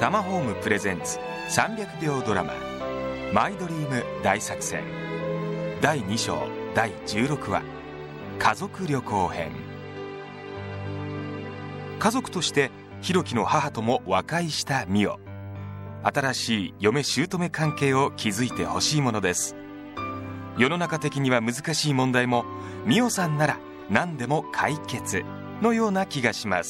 タマホームプレゼンツ300秒ドラママイドリーム大作戦第2章第16話家族旅行編。家族としてひろきの母とも和解した美代。新しい嫁姑関係を築いてほしいものです。世の中的には難しい問題も美代さんなら何でも解決のような気がします。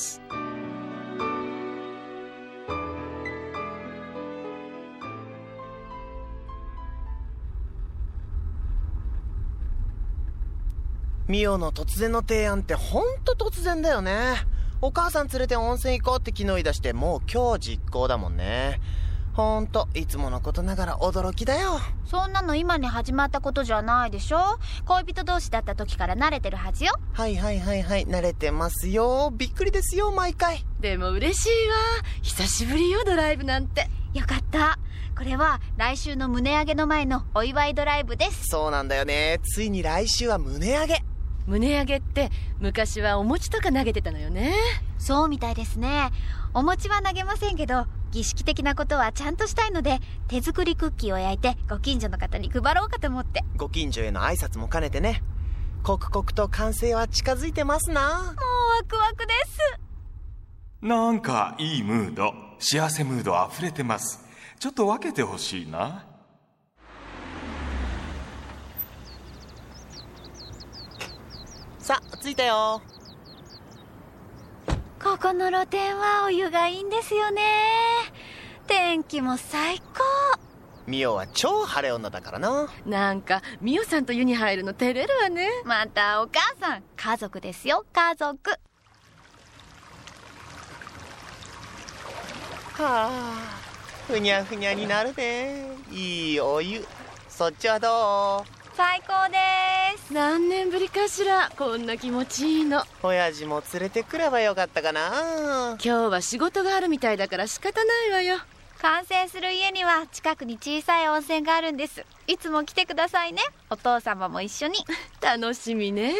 ミオの突然の提案ってほんと突然だよね。お母さん連れて温泉行こうって昨日言い出してもう今日実行だもんね。ほんといつものことながら驚きだよ。 そんなの今に始まったことじゃないでしょ。恋人同士だった時から慣れてるはずよ。 はい慣れてますよ。びっくりですよ毎回。 でも嬉しいわ。久しぶりよドライブなんて。 よかった。これは来週の胸上げの前のお祝いドライブです。 そうなんだよね。ついに来週は胸上げ。 胸上げって昔はお餅とか投げてたのよね。 そうみたいですね。お餅は投げませんけど儀式的なことはちゃんとしたいので手作りクッキーを焼いてご近所の方に配ろうかと思って。 ご近所への挨拶も兼ねてね。刻々と完成は近づいてますな。もうワクワクです。 なんかいいムード、幸せムードあふれてます。ちょっと分けてほしいな。 さあ着いたよ。 ここの露天はお湯がいいんですよね。天気も最高。 ミオは超晴れ女だからな。 なんかミオさんと湯に入るの照れるわね。 またお母さん、家族ですよ家族。 はあ、ふにゃふにゃになるね。いいお湯。そっちはどう？ 最高です。 何年ぶりかしらこんな気持ちいいの。 親父も連れてくればよかったかな。 今日は仕事があるみたいだから仕方ないわよ。 完成する家には近くに小さい温泉があるんです。いつも来てくださいね。お父様も一緒に。 楽しみね。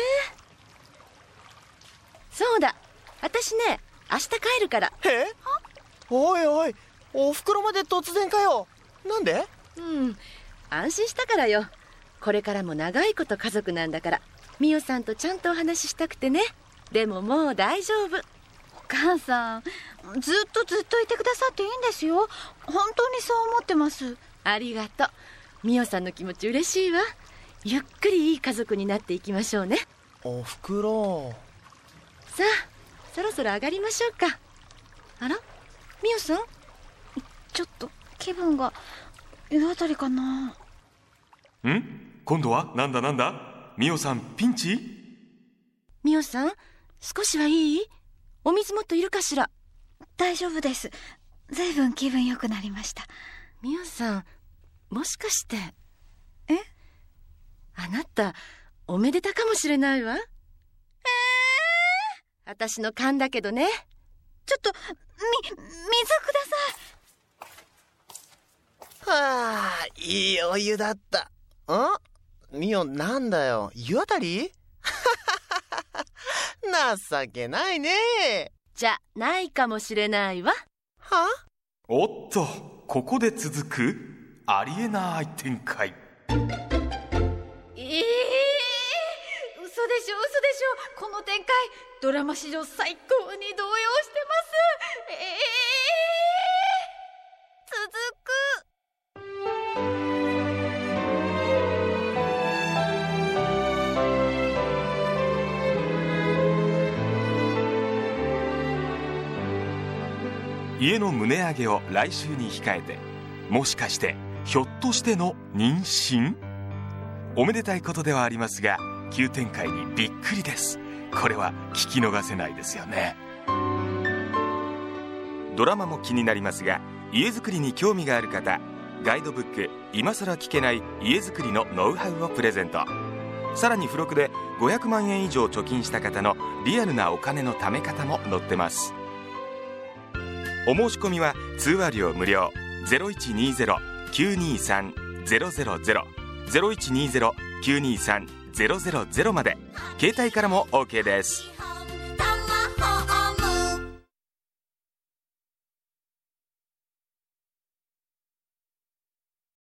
そうだ、私ね明日帰るから。 え？おいおい、お袋まで突然かよ。なんで？ 安心したからよ。これからも長いこと家族なんだから、ミオさんとちゃんとお話ししたくてね。でももう大丈夫。 お母さん、ずっといてくださっていいんですよ。本当にそう思ってます。 ありがとう。ミオさんの気持ち嬉しいわ。ゆっくりいい家族になっていきましょうね。 お袋。 さあ、そろそろ上がりましょうか。あら、ミオさん？ ちょっと気分が湯あたりかな。 今度はなんだミオさんピンチ？ ミオさん少しはいい？お水もっといるかしら？ 大丈夫です。ずいぶん気分良くなりました。 ミオさんもしかして。あなたおめでたかもしれないわ。私の勘だけどね。 ちょっと水ください。 はあ、いいお湯だった。ミオなんだよ、湯あたり？情けないね。 じゃないかもしれないわ。 は？ おっと、ここで続くありえない展開。 嘘でしょ。この展開ドラマ史上最高に動揺してます。続く。 家の胸上げを来週に控えて、もしかしてひょっとしての妊娠？おめでたいことではありますが急展開にびっくりです。これは聞き逃せないですよね。ドラマも気になりますが、家づくりに興味がある方、ガイドブック今さら聞けない家づくりのノウハウをプレゼント。さらに付録で500万円以上貯金した方のリアルなお金の貯め方も載ってます。お申し込みは通話料無料。 0120-923-000 0120-923-000まで。携帯からも OK です。